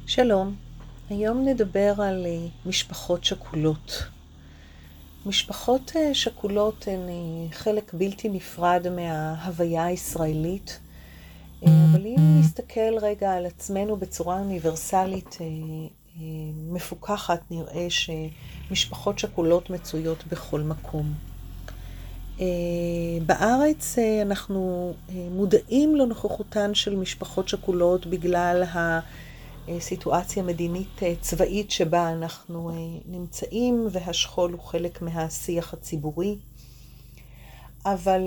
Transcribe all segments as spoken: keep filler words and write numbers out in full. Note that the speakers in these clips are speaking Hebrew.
שלום, היום נדבר על אה, משפחות שכולות. משפחות אה, שכולות הן אה, חלק בלתי נפרד מההוויה הישראלית, אה, אבל אם נסתכל רגע על עצמנו בצורה אוניברסלית אה, אה, מפוקחת, נראה שמשפחות שכולות מצויות בכל מקום. אה, בארץ אה, אנחנו אה, מודעים לנוכחותן של משפחות שכולות בגלל ה... סיטואציה מדינית צבאית שבה אנחנו נמצאים, והשכול הוא חלק מהשיח הציבורי. אבל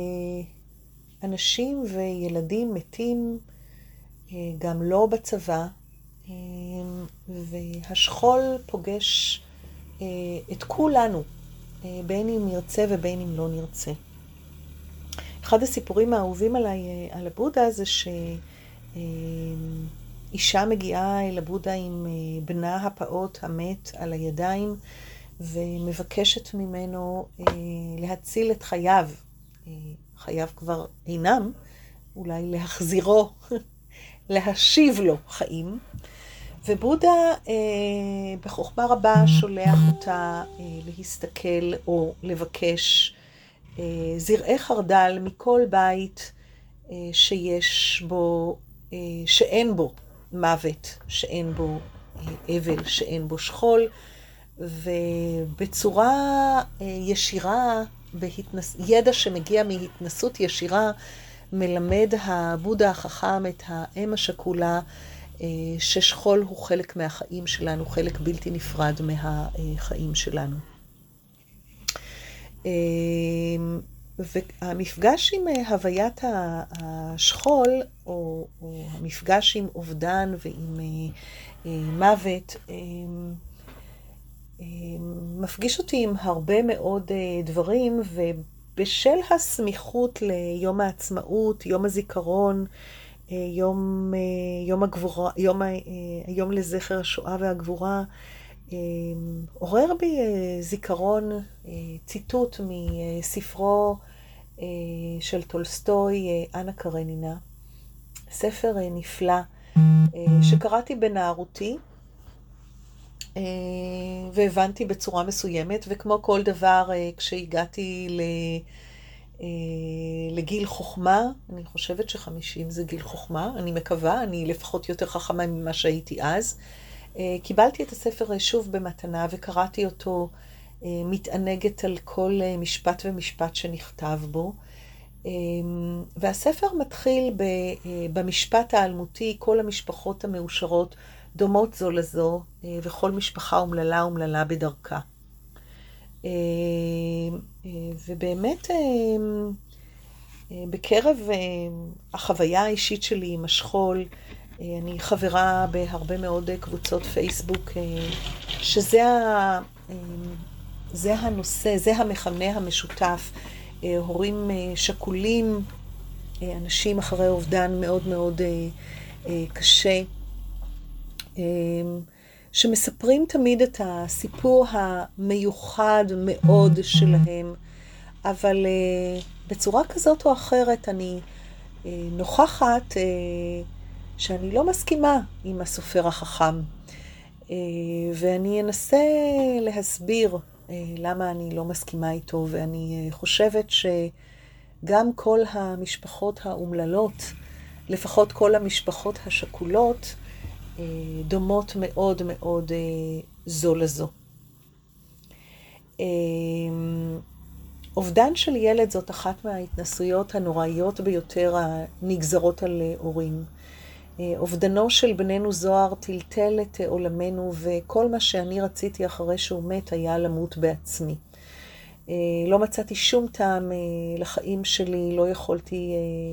אנשים וילדים מתים גם לא בצבא, והשכול פוגש את כולנו, בין אם נרצה ובין אם לא נרצה. אחד הסיפורים האהובים עליי על הבודה זה ש... אישה מגיעה אל הבודה עם בנה הפעוט המת על הידיים, ומבקשת ממנו אה, להציל את חייו. אה, חייו כבר אינם, אולי להחזירו, להשיב לו חיים. ובודה אה, בחוכמה רבה שולח אותה אה, להסתכל או לבקש אה, זרעי חרדל מכל בית אה, שיש בו, אה, שאין בו מוות, שאין בו אבל, שאין בו שכול, ובצורה ישירה, בהתנס... ידע שמגיע מהתנסות ישירה, מלמד הבודה החכם את האם השכולה ששכול הוא חלק מהחיים שלנו, חלק בלתי נפרד מהחיים שלנו. והמפגש עם הוויית השכול, או, או המפגש עם אובדן ועם מוות, מפגיש אותי עם הרבה מאוד דברים, ובשל הסמיכות ליום העצמאות, יום הזיכרון, יום, יום הגבורה, יום, היום לזכר השואה והגבורה, עורר בי זיכרון, ציטוט מספרו של טולסטוי, אנה קרנינה, ספר נפלא שקראתי בנערותי והבנתי בצורה מסוימת, וכמו כל דבר כשהגעתי לגיל חוכמה, אני חושבת שחמישים זה גיל חוכמה, אני מקווה, אני לפחות יותר חכמה ממה שהייתי אז, קיבלתי את הספר שוב במתנה וקראתי אותו מתענגת על כל משפט ומשפט שנכתב בו. והספר מתחיל במשפט האלמותי, כל המשפחות המאושרות דומות זו לזו, וכל משפחה אומללה אומללה בדרכה. ובאמת בקרב החוויה האישית שלי עם השכול, אני חברה בהרבה מאוד קבוצות פייסבוק, שזה ה... זה הנושא, זה המכנה המשותף, הורים שכולים, אנשים אחרי אובדן מאוד מאוד קשה, שמספרים תמיד את הסיפור המיוחד מאוד שלהם, אבל בצורה כזאת או אחרת אני נוכחת שאני לא מסכימה עם הסופר החכם, ואני אנסה להסביר למה אני לא מסכימה איתו, ואני חושבת שגם כל המשפחות האומללות, לפחות כל המשפחות השכולות, דומות מאוד מאוד זו לזו. אובדן של ילד זאת אחת מההתנסויות הנוראיות ביותר הנגזרות על הורים. אובדנו של בננו זוהר טלטל את עולמנו, וכל מה שאני רציתי אחרי שהוא מת היה למות בעצמי. לא מצאתי שום טעם לחיים שלי, לא יכולתי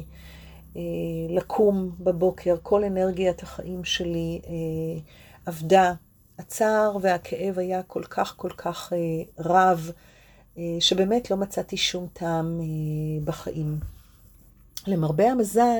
לקום בבוקר, כל אנרגיית החיים שלי עבדה. הצער והכאב היה כל כך כל כך רב, שבאמת לא מצאתי שום טעם בחיים. למרבה המזל,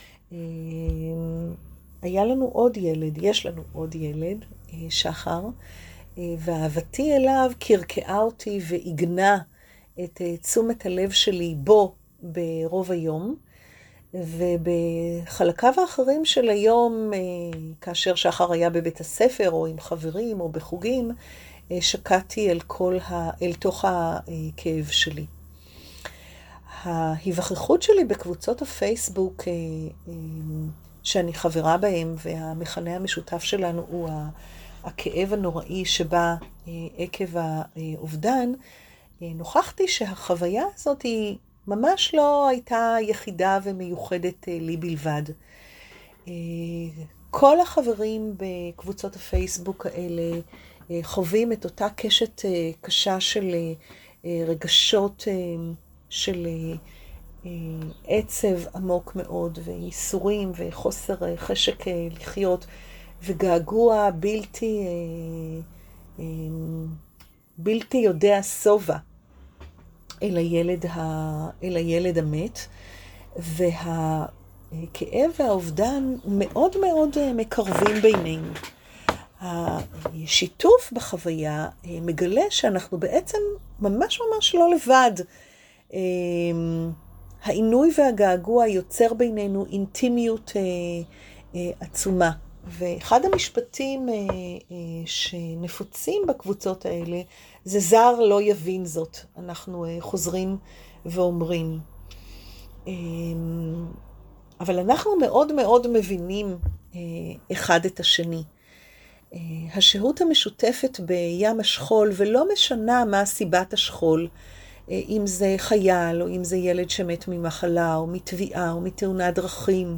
היה לנו עוד ילד, יש לנו עוד ילד, שחר, ואהבתי אליו קרקעה אותי ועיגנה את תשומת הלב שלי בו ברוב היום, ובחלקיו האחרים של היום, כאשר שחר היה בבית הספר או עם חברים או בחוגים, שקעתי אל, כל ה... אל תוך הכאב שלי. ההיווכחות שלי בקבוצות הפייסבוק שאני חברה בהם, והמכנה המשותף שלנו הוא הכאב הנוראי שבא עקב האובדן, נוכחתי שהחוויה הזאת היא ממש לא הייתה יחידה ומיוחדת לי בלבד. כל החברים בקבוצות הפייסבוק האלה חווים את אותה קשת קשה של רגשות, של עצב עמוק מאוד, וייסורים וחוסר חשק לחיות, וגעגוע בלתי, בלתי יודע סובה אל הילד, ה, אל הילד המת, והכאב והאובדן מאוד מאוד מקרבים בינינו. השיתוף בחוויה מגלה שאנחנו בעצם ממש ממש לא לבד. העינוי והגעגוע יוצר בינינו אינטימיות עצומה. ואחד המשפטים שנפוצים בקבוצות האלה, זה זר לא יבין זאת. אנחנו חוזרים ואומרים. אבל אנחנו מאוד מאוד מבינים אחד את השני. השהות המשותפת בים השכול, ולא משנה מה סיבת השכול, אם זה חייל, או אם זה ילד שמת ממחלה, או מתביעה, או מתאונת דרכים,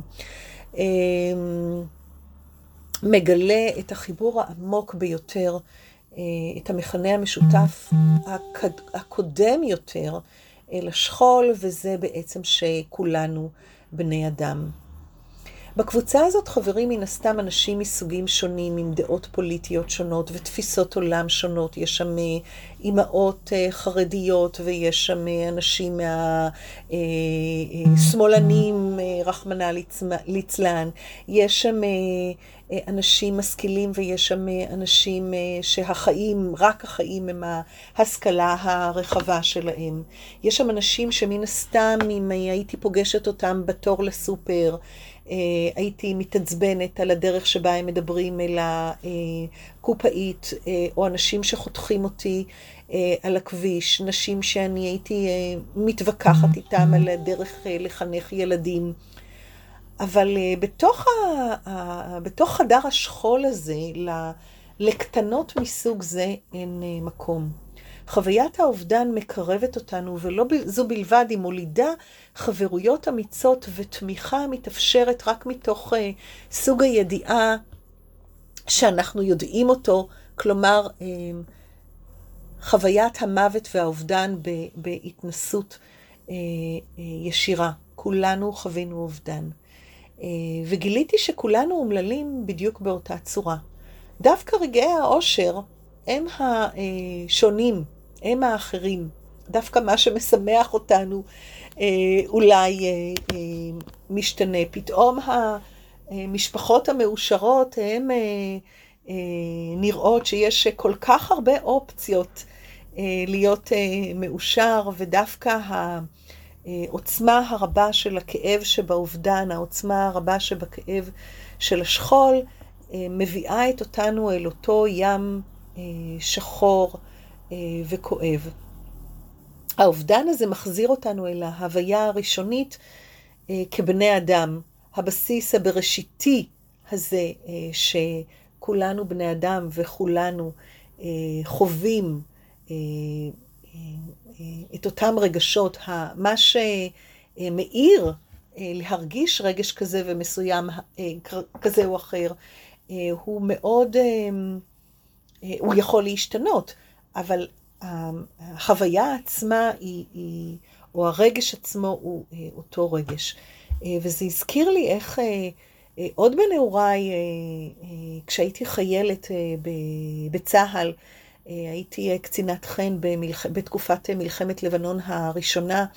מגלה את החיבור העמוק ביותר, את המכנה המשותף הקודם יותר אל השכול, וזה בעצם שכולנו בני אדם. בקבוצה הזאת חברים מן הסתם אנשים מסוגים שונים, עם דעות פוליטיות שונות ותפיסות עולם שונות. יש שם אימהות חרדיות, ויש שם אנשים מהשמאלנים, רחמנא ליצלן. יש שם אנשים משכילים, ויש שם אנשים שהחיים, רק החיים הם ההשכלה הרחבה שלהם. יש שם אנשים שמן הסתם, אם הייתי פוגשת אותם בתור לסופר, הייתי מתעצבנת על הדרך שבה הם מדברים אל הקופאית, או אנשים שחותכים אותי על הכביש, נשים שאני הייתי מתווכחת איתם על הדרך לחנך ילדים. אבל בתוך, ה, בתוך חדר השכול הזה, לקטנות מסוג זה אין מקום. חוויית האובדן מקרבת אותנו, ולא זו בלבד, היא מולידה חברויות אמיצות ותמיכה מתאפשרת רק מתוך uh, סוג הידיעה שאנחנו יודעים אותו, כלומר uh, חוויית המוות והאובדן ב- בהתנסות uh, uh, ישירה. כולנו חווינו אובדן. Uh, וגיליתי שכולנו אומללים בדיוק באותה צורה. דווקא רגעי האושר הם השונים, הם האחרים. דווקא מה שמשמח אותנו אה, אולי אה, אה, משתנה. פתאום המשפחות המאושרות הן אה, אה, נראות שיש כל כך הרבה אופציות אה, להיות אה, מאושר, ודווקא העוצמה הרבה של הכאב שבאובדן, העוצמה הרבה שבכאב של השכול, אה, מביאה את אותנו אל אותו ים אה, שחור אה, וכואב. האובדן הזה מחזיר אותנו אל ההוויה הראשונית אה, כבני אדם. הבסיס הבראשיתי הזה אה, שכולנו בני אדם וכולנו אה, חווים אה, אה, אה, את אותם רגשות. מה שמאיר אה, להרגיש רגש כזה ומסוים אה, כזה או אחר, אה, הוא מאוד, אה, אה, הוא יכול להשתנות, אבל החוויה עצמה היא, היא, או הרגש עצמו הוא אותו רגש. וזה הזכיר לי איך עוד בנעוריי, כשהייתי חיילת בצהל, הייתי קצינת חן במלח... בתקופת מלחמת לבנון הראשונה,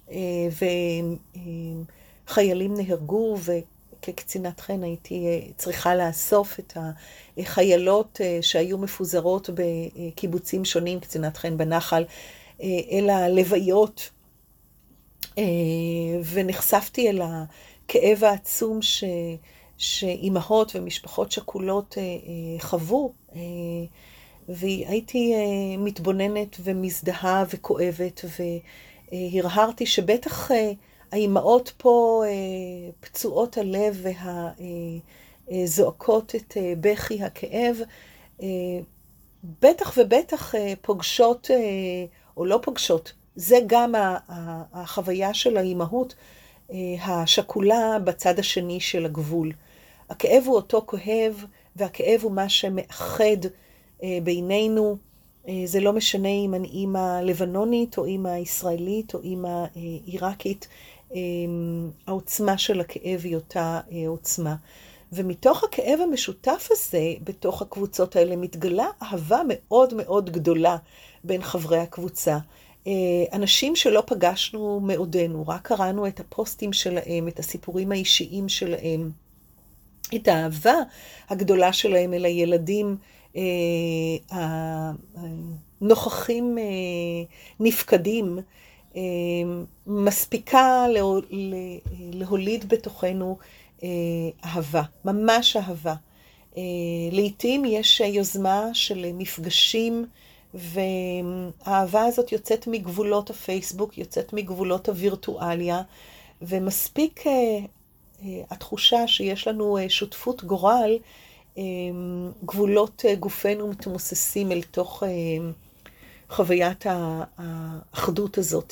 וחיילים נהרגו, וכקצינת חן הייתי צריכה לאסוף את החיילות שהיו מפוזרות בקיבוצים שונים, קצינת חן בנחל, אל הלוויות, ונחשפתי אל הכאב העצום ש, שאימהות ומשפחות שכולות חוו, והייתי מתבוננת ומזדהה וכואבת, והרהרתי שבטח האימהות פה פצועות הלב והזועקות את בכי הכאב, בטח ובטח פוגשות או לא פוגשות. זה גם החוויה של האימהות השכולה בצד השני של הגבול. הכאב הוא אותו כואב, והכאב הוא מה שמאחד בינינו. זה לא משנה אם אני אימא לבנונית או אימא ישראלית או אימא עיראקית, העוצמה של הכאב היא אותה עוצמה. ומתוך הכאב המשותף הזה, בתוך הקבוצות האלה, מתגלה אהבה מאוד מאוד גדולה בין חברי הקבוצה. אנשים שלא פגשנו מעודנו, רק קראנו את הפוסטים שלהם, את הסיפורים האישיים שלהם, את האהבה הגדולה שלהם אל הילדים הנוכחים נפקדים, מספיקה להוליד בתוכנו אהבה, ממש אהבה. לעתים יש יוזמה של מפגשים, והאהבה הזאת יוצאת מגבולות הפייסבוק, יוצאת מגבולות הווירטואליה, ומספיק התחושה שיש לנו שותפות גורל, גבולות גופנו מתמוססים אל תוך חוויית האחדות הזאת.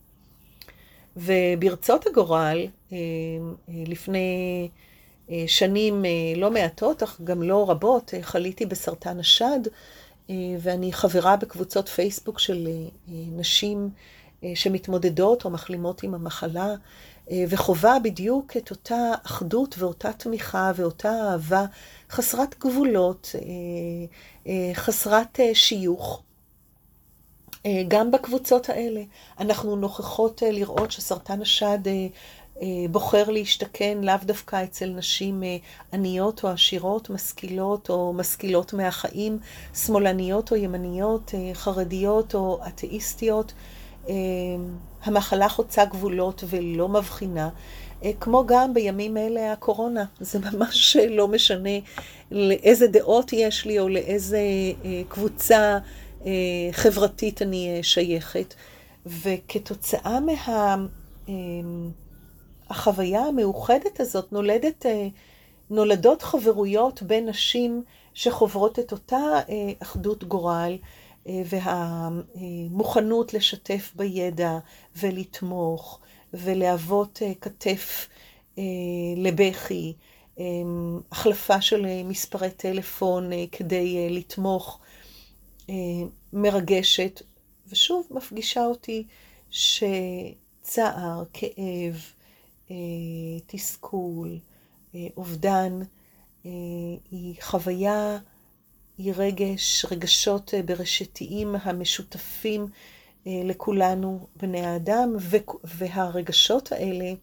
וברצות הגורל, לפני שנים לא מעטות, אך גם לא רבות, חליתי בסרטן השד, ואני חברה בקבוצות פייסבוק של נשים שמתמודדות או מחלימות עם המחלה, וחובה בדיוק את אותה אחדות ואותה תמיכה ואותה אהבה חסרת גבולות, חסרת שיוך. גם בקבוצות האלה אנחנו נוכחות לראות שסרטן השד בוחר להשתכן לאו דווקא אצל נשים עניות או עשירות, משכילות או משכילות מהחיים, שמאלניות או ימניות, חרדיות או אתאיסטיות. המחלה חוצה גבולות ולא מבחינה, כמו גם בימים אלה הקורונה. זה ממש לא משנה לאיזה דעות יש לי או לאיזה קבוצה חברתית אני שייכת. וכתוצאה מה החוויה המאוחדת הזאת נולדת, נולדות חברויות בין נשים שחוברות את אותה אחדות גורל, והמוכנות לשתף בידע ולתמוך ולהוות כתף לבכי, החלפה של מספרי טלפון כדי לתמוך, מרגשת, ושוב מפגישה אותי שצער, כאב, תסכול, אובדן, היא חוויה, היא רגש, רגשות בראשיתיים המשותפים לכולנו בני האדם, והרגשות האלה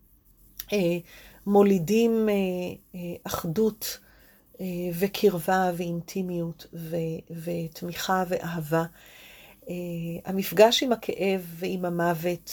מולידים אחדות וקרבה ואינטימיות ותמיכה ואהבה. המפגש עם הכאב ועם המוות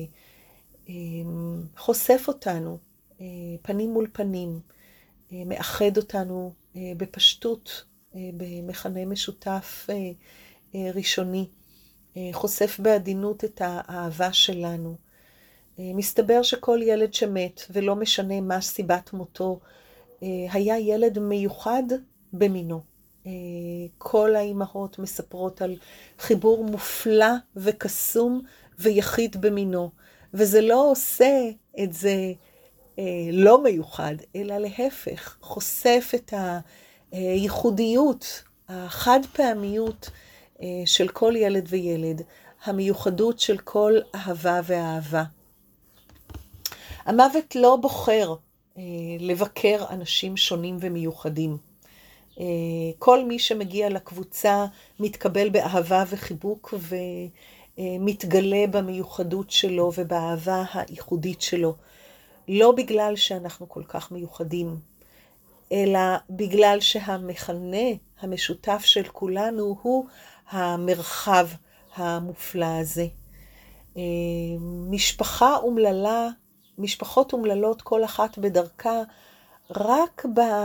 חושף אותנו פנים מול פנים, מאחד אותנו בפשטות, במכנה משותף ראשוני, חושף בעדינות את האהבה שלנו. מסתבר שכל ילד שמת, ולא משנה מה סיבת מותו, היה ילד מיוחד במינו. כל האימהות מספרות על חיבור מופלא וקסום ויחיד במינו, וזה לא עושה את זה לא מיוחד, אלא להפך, חושף את הייחודיות, החד פעמיות של כל ילד וילד, המיוחדות של כל אהבה ואהבה. המוות לא בוחר לבקר אנשים שונים ומיוחדים. כל מי שמגיע לקבוצה מתקבל באהבה וחיבוק ומתגלה במיוחדות שלו ובאהבה הייחודית שלו. לא בגלל שאנחנו כל כך מיוחדים, אלא בגלל שהמכנה המשותף של כולנו הוא המרחב המופלא הזה. משפחה אומללה משפחות אומללות כל אחת בדרכה, רק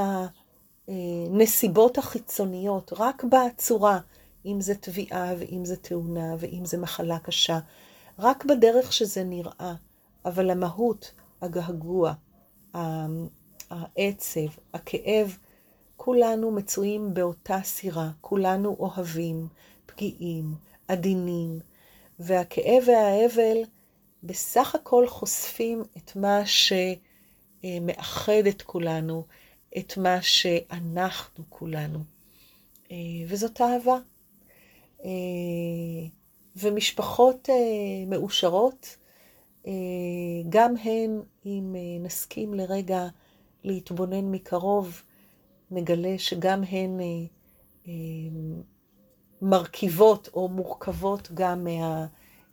בנסיבות החיצוניות, רק בצורה, אם זה תביעה ואם זה תאונה ואם זה מחלה קשה, רק בדרך שזה נראה, אבל המהות, הגעגוע, העצב, הכאב, כולנו מצויים באותה סירה, כולנו אוהבים, פגיעים, עדינים, והכאב והאבל בסך הכל חושפים את מה שמאחד את כולנו, את מה שאנחנו כולנו. וזאת אהבה. ומשפחות מאושרות, גם הן, אם נסכים לרגע להתבונן מקרוב, נגלה שגם הן מרכיבות או מורכבות גם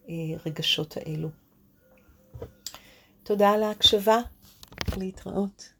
מהרגשות האלו. תודה על ההקשבה, להתראות.